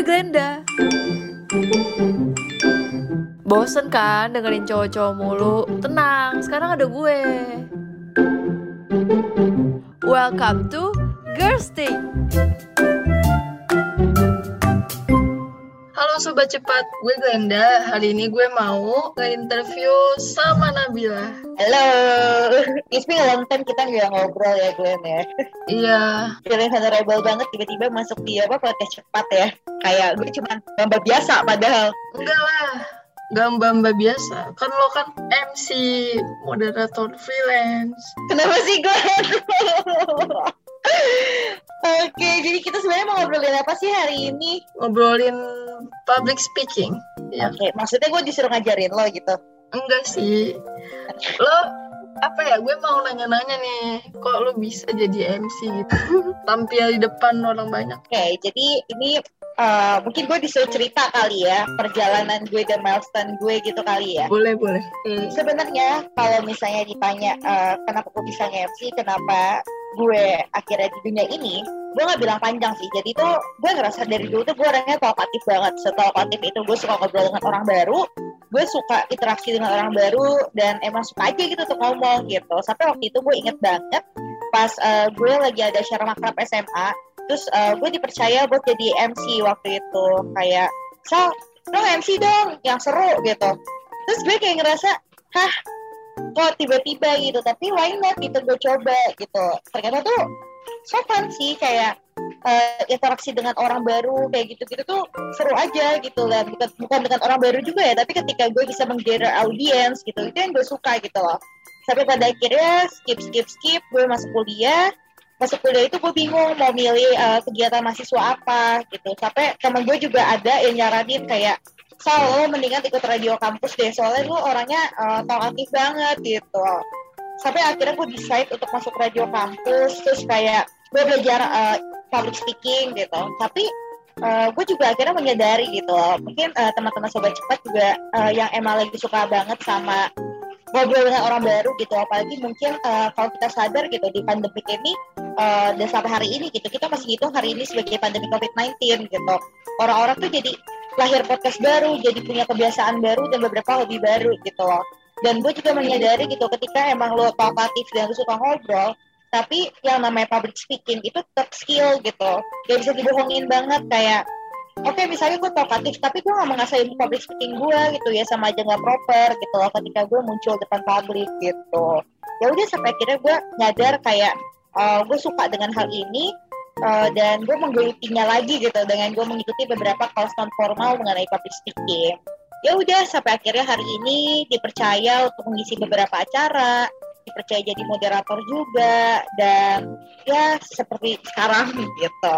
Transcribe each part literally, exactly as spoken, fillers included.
Glenda. Bosen kan dengerin cowok-cowok mulu? Tenang, sekarang ada gue. Welcome to Girlsting. Halo Sobat Cepat, gue Glenda. Hari ini gue mau nge-interview sama Nabila. Halo, it's been a long time kita nggak ngobrol ya Glenn ya. Iya. Feeling vulnerable banget tiba-tiba masuk di apa podcast cepat ya. Kayak gue cuma gambar biasa padahal. Enggak lah, gamba-gamba biasa. Kan lo kan M C, moderator freelance. Kenapa sih Glenn? Oke, jadi kita sebenarnya mau ngobrolin apa sih hari ini? Ngobrolin public speaking. Ya. Oke, maksudnya gue disuruh ngajarin lo gitu? Enggak sih. Lo apa ya, gue mau nanya-nanya nih, kok lo bisa jadi M C gitu, tampil di depan orang banyak. Oke, jadi ini uh, mungkin gue disuruh cerita kali ya, perjalanan gue dan milestone gue gitu kali ya. Boleh, boleh. Hmm, sebenarnya kalau misalnya ditanya uh, kenapa gue bisa nge-M C, kenapa gue akhirnya di dunia ini, gue gak bilang panjang sih. Jadi tuh gue ngerasa dari dulu tuh gue orangnya talkatif banget. Setalkatif itu gue suka ngobrol dengan orang baru, gue suka interaksi dengan orang baru, dan emang suka aja gitu tuh ngomong gitu. Sampai waktu itu gue inget banget pas uh, gue lagi ada acara makrab S M A, terus uh, gue dipercaya buat jadi M C waktu itu. Kayak, Sal, lo M C dong yang seru gitu. Terus gue kayak ngerasa, hah, kok tiba-tiba gitu, tapi why not gitu, gue coba gitu. Ternyata tuh so fun sih, kayak uh, interaksi dengan orang baru kayak gitu-gitu tuh seru aja gitu lah. Bukan, bukan dengan orang baru juga ya, tapi ketika gue bisa menggather audience gitu, itu yang gue suka gitu loh. Sampai pada akhirnya skip skip skip gue masuk kuliah. Masuk kuliah itu gue bingung mau milih uh, kegiatan mahasiswa apa gitu. Sampai temen gue juga ada yang nyaranin kayak, Sal, lo mendingan ikut radio kampus deh, soalnya lo orangnya uh, talkatif banget gitu. Sampai akhirnya gue decide untuk masuk radio kampus, terus kayak gue belajar uh, public speaking gitu. Tapi uh, gue juga akhirnya menyadari gitu loh, mungkin uh, teman-teman Sobat Cepat juga uh, yang emang lagi suka banget sama ngobrol dengan orang baru gitu. Apalagi mungkin uh, kalau kita sadar gitu di pandemi ini, uh, dan sampai hari ini gitu, kita masih hitung hari ini sebagai pandemi covid sembilan belas gitu. Orang-orang tuh jadi lahir podcast baru, jadi punya kebiasaan baru dan beberapa hobi baru gitu loh. Dan gue juga menyadari gitu, ketika emang lo talkatif dan lo suka ngobrol, tapi yang namanya public speaking itu tetap skill gitu. Gak bisa dibohongin banget kayak, oke okay, misalnya gue talkatif, tapi gue gak mengasah ilmu public speaking gue gitu ya, sama aja gak proper gitu loh ketika gue muncul depan publik gitu. Ya udah sampai akhirnya gue nyadar kayak, uh, gue suka dengan hal ini. Uh, dan gue menggelutinya lagi gitu dengan gue mengikuti beberapa kelas non formal mengenai public speaking. Ya udah sampai akhirnya hari ini dipercaya untuk mengisi beberapa acara, dipercaya jadi moderator juga, dan ya seperti sekarang gitu.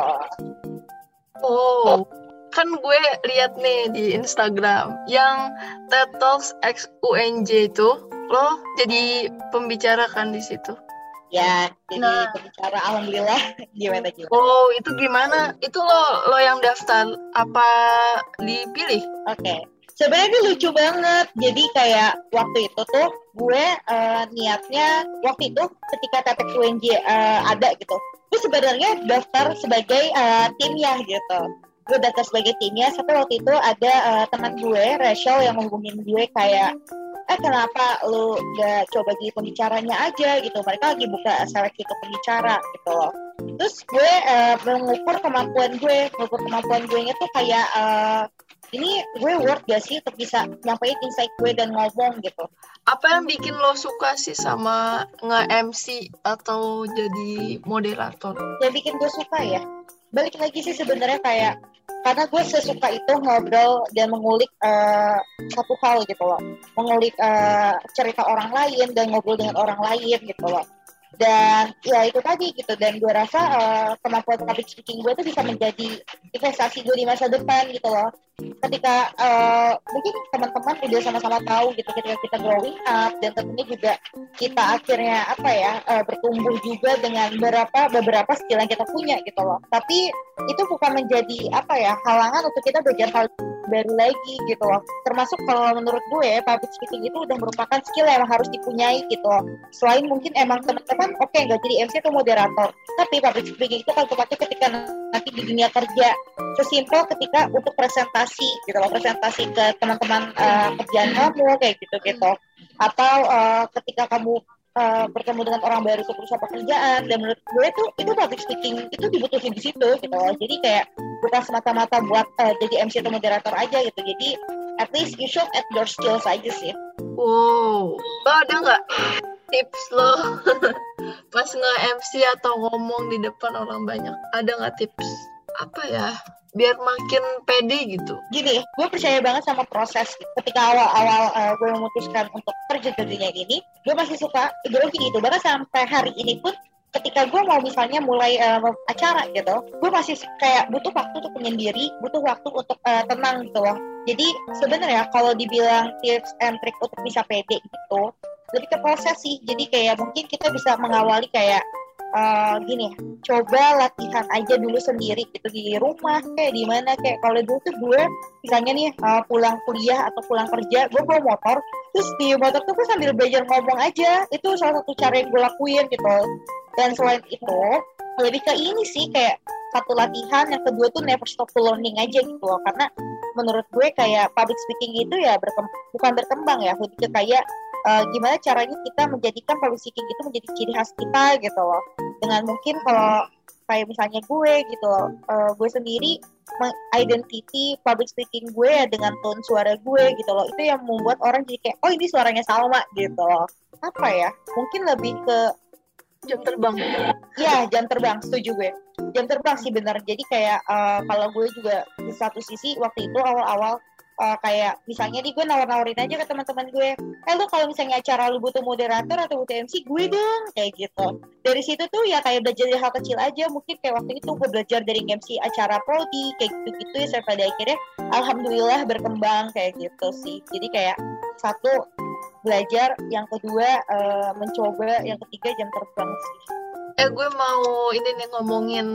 Oh, kan gue lihat nih di Instagram yang TED Talks X U N J itu, lo jadi pembicara kan di situ. Ya, jadi nah, berbicara alhamdulillah. Gimana gimana? Oh, itu gimana? Itu lo lo yang daftar apa dipilih? Oke. Okay. Sebenarnya ini lucu banget. Jadi kayak waktu itu tuh gue uh, niatnya waktu itu ketika T T X U N J uh, ada gitu. Gue sebenarnya daftar sebagai uh, timnya gitu. Gue daftar sebagai timnya. Sampai waktu itu ada uh, teman gue, Rachel, yang menghubungin gue kayak, eh kenapa lu gak coba jadi pembicaranya aja gitu, mereka lagi buka seleksi untuk pembicara gitu loh. Terus gue uh, mengukur kemampuan gue, mengukur kemampuan gue nya tuh kayak uh, ini gue worth gak sih untuk bisa nyampein insight gue dan ngomong gitu. Apa yang bikin lo suka sih sama nge-M C atau jadi moderator? Yang bikin gue suka ya, balik lagi sih sebenarnya kayak karena gue sesuka itu ngobrol dan mengulik uh, satu hal gitu loh, mengulik uh, cerita orang lain dan ngobrol dengan orang lain gitu loh. Dan ya itu tadi gitu, dan gue rasa uh, kemampuan public speaking gue tuh bisa menjadi investasi gue di masa depan gitu loh. Ketika uh, mungkin teman-teman udah sama-sama tahu gitu, ketika kita growing up dan tentunya juga kita akhirnya apa ya uh, bertumbuh juga dengan beberapa beberapa skill yang kita punya gitu loh. Tapi itu bukan menjadi apa ya halangan untuk kita belajar hal baru lagi gitu loh. Termasuk kalau menurut gue public speaking itu udah merupakan skill yang harus dipunyai gitu loh. Selain mungkin emang teman-teman oke okay, nggak jadi M C atau moderator, tapi public speaking itu kalau tepatnya ketika nanti di dunia kerja sesimpel ketika untuk presentasi gitu loh, presentasi ke teman-teman uh, kerjaan kamu kayak gitu-gitu, atau uh, ketika kamu uh, bertemu dengan orang baru ke perusahaan pekerjaan. Dan menurut gue tuh itu public speaking itu dibutuhin di situ gitu loh. Jadi kayak bukan semata-mata buat uh, jadi M C atau moderator aja gitu. Jadi at least you show at your skills aja sih. Wow, lo ada nggak tips lo pas nge-M C atau ngomong di depan orang banyak? Ada nggak tips apa ya biar makin pede gitu? Gini, gue percaya banget sama proses. Ketika awal-awal uh, gue memutuskan untuk terjun ke dunia ini, gue masih suka grogi gitu. Bahkan sampai hari ini pun, ketika gue mau misalnya mulai uh, acara gitu, gue masih kayak butuh waktu untuk menyendiri, butuh waktu untuk uh, tenang gitu loh. Jadi sebenarnya kalau dibilang tips and trick untuk bisa pede gitu, lebih ke proses sih. Jadi kayak mungkin kita bisa mengawali kayak Uh, gini, coba latihan aja dulu sendiri gitu di rumah kayak di mana kayak kalau dulu tuh gue misalnya nih uh, pulang kuliah atau pulang kerja, gue bawa motor, terus di motor tuh gue sambil belajar ngomong aja. Itu salah satu cara yang gue lakuin gitu. Dan selain itu lebih ke ini sih kayak satu latihan, yang kedua tuh never stop learning aja gitu loh. Karena menurut gue kayak public speaking itu ya berkembang, bukan berkembang ya, lebih ke kayak uh, gimana caranya kita menjadikan public speaking itu menjadi ciri khas kita gitu loh. Dengan mungkin kalau kayak misalnya gue gitu loh, uh, gue sendiri meng-identity public speaking gue ya dengan tone suara gue gitu loh. Itu yang membuat orang jadi kayak, oh ini suaranya Salma gitu loh. Apa ya, mungkin lebih ke jam terbang. Ya, jam terbang, setuju gue. Jam terbang sih benar. Jadi kayak uh, kalau gue juga di satu sisi waktu itu awal-awal uh, kayak misalnya nih gue nawar-nawarin aja ke teman-teman gue, eh lu kalau misalnya acara lu butuh moderator atau butuh M C, gue dong, kayak gitu. Dari situ tuh ya kayak belajar dari hal kecil aja. Mungkin kayak waktu itu gue belajar dari M C acara prodi kayak gitu-gitu ya, sampai pada akhirnya alhamdulillah berkembang kayak gitu sih. Jadi kayak satu belajar, yang kedua uh, mencoba, yang ketiga jam terbang sih. Eh gue mau ini nih ngomongin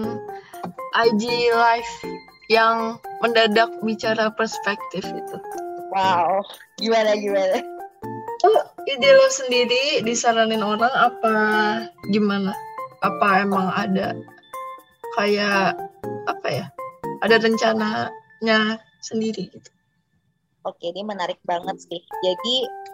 I G live yang mendadak bicara perspektif itu. Wow, gimana gimana? Oh, ide lo sendiri disaranin orang apa gimana? Apa emang ada kayak apa ya? Ada rencananya sendiri gitu? Oke, ini menarik banget sih. Jadi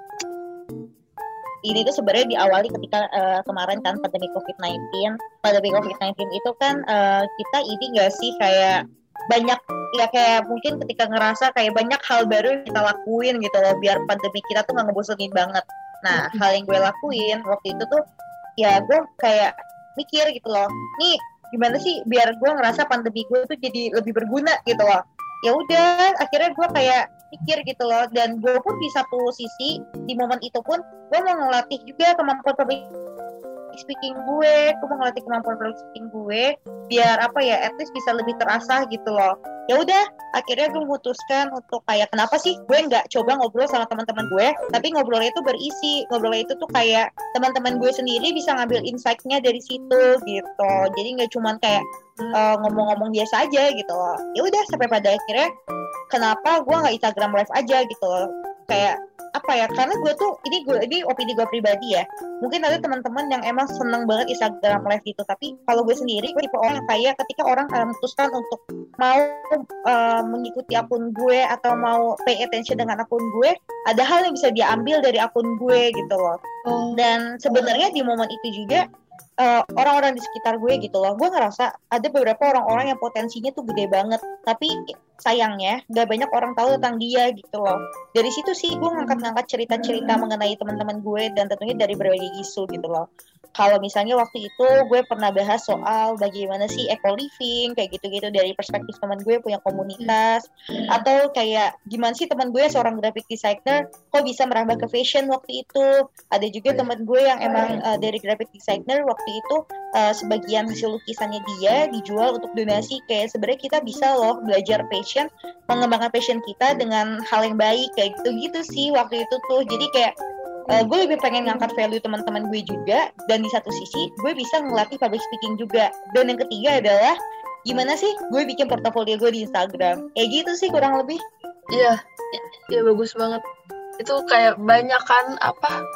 ini tuh sebenarnya diawali ketika uh, kemarin kan pandemi covid sembilan belas. Pandemi covid sembilan belas itu kan uh, kita ini nggak sih kayak banyak ya kayak mungkin ketika ngerasa kayak banyak hal baru yang kita lakuin gitu loh biar pandemi kita tuh nggak ngebosenin banget. Nah, hal yang gue lakuin waktu itu tuh ya gue kayak mikir gitu loh. Nih gimana sih biar gue ngerasa pandemi gue tuh jadi lebih berguna gitu loh. Ya udah, akhirnya gue kayak mikir gitu loh, dan gue pun di satu sisi di momen itu pun gue mau ngelatih juga kemampuan public speaking gue, gue mau ngelatih kemampuan public speaking gue biar apa ya, at least bisa lebih terasa gitu loh. Ya udah, akhirnya gue memutuskan untuk kayak kenapa sih gue nggak coba ngobrol sama teman-teman gue, tapi ngobrolnya itu berisi, ngobrolnya itu tuh kayak teman-teman gue sendiri bisa ngambil insight-nya dari situ gitu. Jadi nggak cuman kayak uh, ngomong-ngomong biasa aja gitu loh. Ya udah, sampai pada akhirnya kenapa gue nggak Instagram live aja gitu loh. Kayak apa ya, karena gue tuh ini gue ini opini gue pribadi ya, mungkin ada teman-teman yang emang seneng banget Instagram live gitu, tapi kalau gue sendiri gue tipe orang yang kayak ketika orang uh, memutuskan untuk mau uh, mengikuti akun gue atau mau pay attention dengan akun gue, ada hal yang bisa diambil dari akun gue gitu loh. Dan sebenarnya di momen itu juga Uh, orang-orang di sekitar gue gitu loh, gue ngerasa ada beberapa orang-orang yang potensinya tuh gede banget, tapi sayangnya gak banyak orang tahu tentang dia gitu loh. Dari situ sih gue ngangkat-ngangkat cerita-cerita mengenai teman-teman gue, dan tentunya dari berbagai isu gitu loh. Kalau misalnya waktu itu gue pernah bahas soal bagaimana sih eco living kayak gitu-gitu dari perspektif teman gue punya komunitas, atau kayak gimana sih teman gue seorang graphic designer kok bisa merambah ke fashion waktu itu. Ada juga teman gue yang emang uh, dari graphic designer waktu itu uh, sebagian hasil lukisannya dia dijual untuk donasi. Kayak sebenarnya kita bisa loh belajar fashion, mengembangkan fashion kita dengan hal yang baik kayak gitu-gitu sih waktu itu tuh. Jadi kayak Uh, gue lebih pengen ngangkat value teman-teman gue juga, dan di satu sisi gue bisa ngelatih public speaking juga. Dan yang ketiga adalah gimana sih gue bikin portofolio gue di Instagram. Kayak gitu sih kurang lebih. Iya, iya bagus banget. Itu kayak banyak kan apa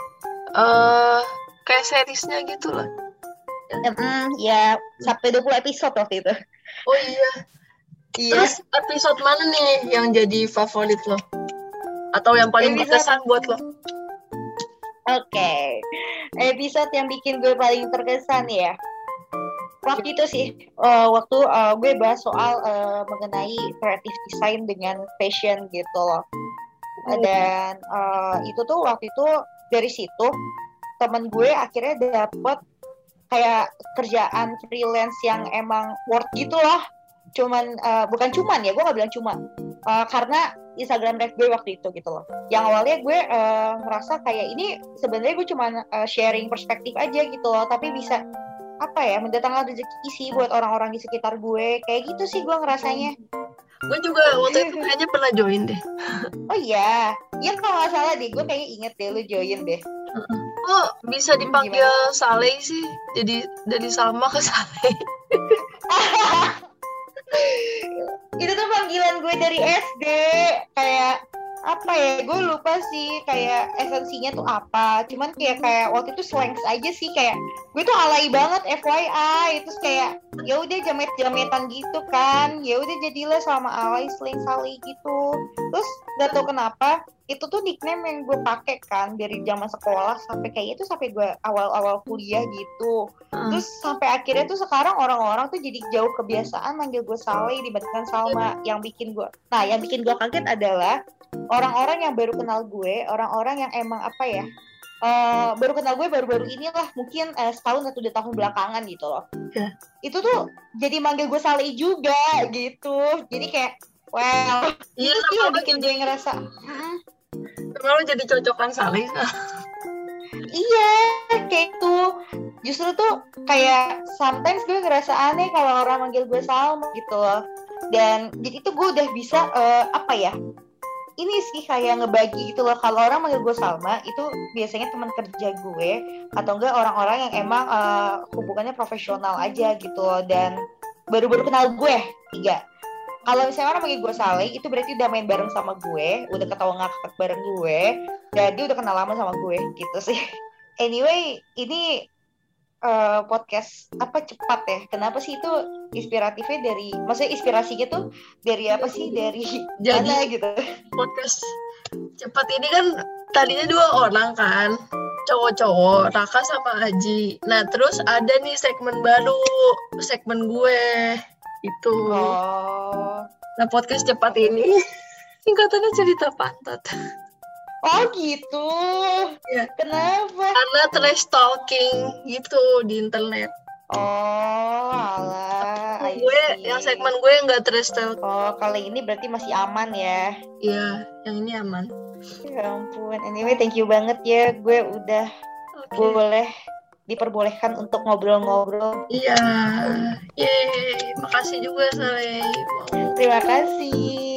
uh, kayak seriesnya gitu lah. Hmm, ya sampai dua puluh episode waktu itu. Oh iya. Iya. Terus episode mana nih yang jadi favorit lo? Atau yang paling Episode- berkesan buat lo? Oke, episode yang bikin gue paling terkesan ya. Waktu itu sih, eh, waktu eh, gue bahas soal eh, mengenai creative design dengan fashion gitu loh. Dan eh, itu tuh waktu itu dari situ temen gue akhirnya dapet kayak kerjaan freelance yang emang worth gitu loh. Cuman eh, bukan cuman ya, gue nggak bilang cuma Eh, karena Instagram Live gue waktu itu gitu loh. Yang awalnya gue eh, ngerasa kayak ini sebenarnya gue cuman eh, sharing perspektif aja gitu loh, tapi bisa apa ya mendatangkan rezeki sih buat orang-orang di sekitar gue. Kayak gitu sih gue ngerasanya. Gue juga waktu itu kayaknya pernah join deh. Oh iya, iya kalau nggak salah deh, gue kayaknya inget deh lu join deh. Oh, bisa dipanggil Saleh sih. Jadi dari Salma ke Saleh. Itu tuh panggilan gue dari S D. Kayak apa ya, gue lupa sih kayak esensinya tuh apa. Cuman kayak kayak waktu itu slangs aja sih, kayak gue tuh alay banget F Y I. Terus kayak ya udah jamet-jametan gitu kan, ya udah jadilah sama alay slang Saleh gitu. Terus gak tau kenapa itu tuh nickname yang gue pakai kan dari zaman sekolah sampai kayak itu sampai gue awal-awal kuliah gitu. Terus sampai akhirnya tuh sekarang orang-orang tuh jadi jauh kebiasaan manggil gue Saleh dibandingkan Salma. Yang bikin gue, nah yang bikin gue kaget adalah orang-orang yang baru kenal gue, orang-orang yang emang apa ya, uh, baru kenal gue baru-baru inilah, mungkin uh, setahun atau dua tahun belakangan gitu loh. Yeah. Itu tuh jadi manggil gue Saleh juga gitu. Jadi kayak, wow, Iya, itu sih sama yang bikin gue ngerasa, "Mm, Kalau jadi cocokan Saleh. iya kayak itu." Justru tuh kayak sometimes gue ngerasa aneh kalau orang manggil gue Salma gitu loh. Dan jadi tuh gue udah bisa uh, apa ya, ini sih kayak ngebagi gitu loh. Kalau orang manggil gue Salma itu biasanya teman kerja gue atau enggak orang-orang yang emang uh, hubungannya profesional aja gitu loh, dan baru-baru kenal gue. Tiga, kalau misalnya orang manggil gue Saleh itu berarti udah main bareng sama gue, udah ketawa ngakak bareng gue, jadi udah kenal lama sama gue gitu sih. Anyway, ini uh, podcast apa cepat ya? Kenapa sih itu inspiratifnya dari, maksudnya inspirasinya tuh dari apa sih? Dari Jadi mana gitu? podcast cepat ini kan tadinya dua orang kan, cowok-cowok, Raka sama Aji. Nah terus ada nih segmen baru, segmen gue itu. Oh, Nah podcast cepat ini singkatannya cerita pantat. oh gitu. Ya. Kenapa? Karena trash talking gitu di internet. Oh, alah. I Gue see. yang segmen gue nggak trash talking. Oh, kali ini berarti masih aman ya. Iya, yang ini aman. Ya ampun. Anyway, thank you banget ya. Gue udah Oke. boleh diperbolehkan untuk ngobrol-ngobrol. Iya. Yeay, makasih juga Saleh. Mau Terima kasih.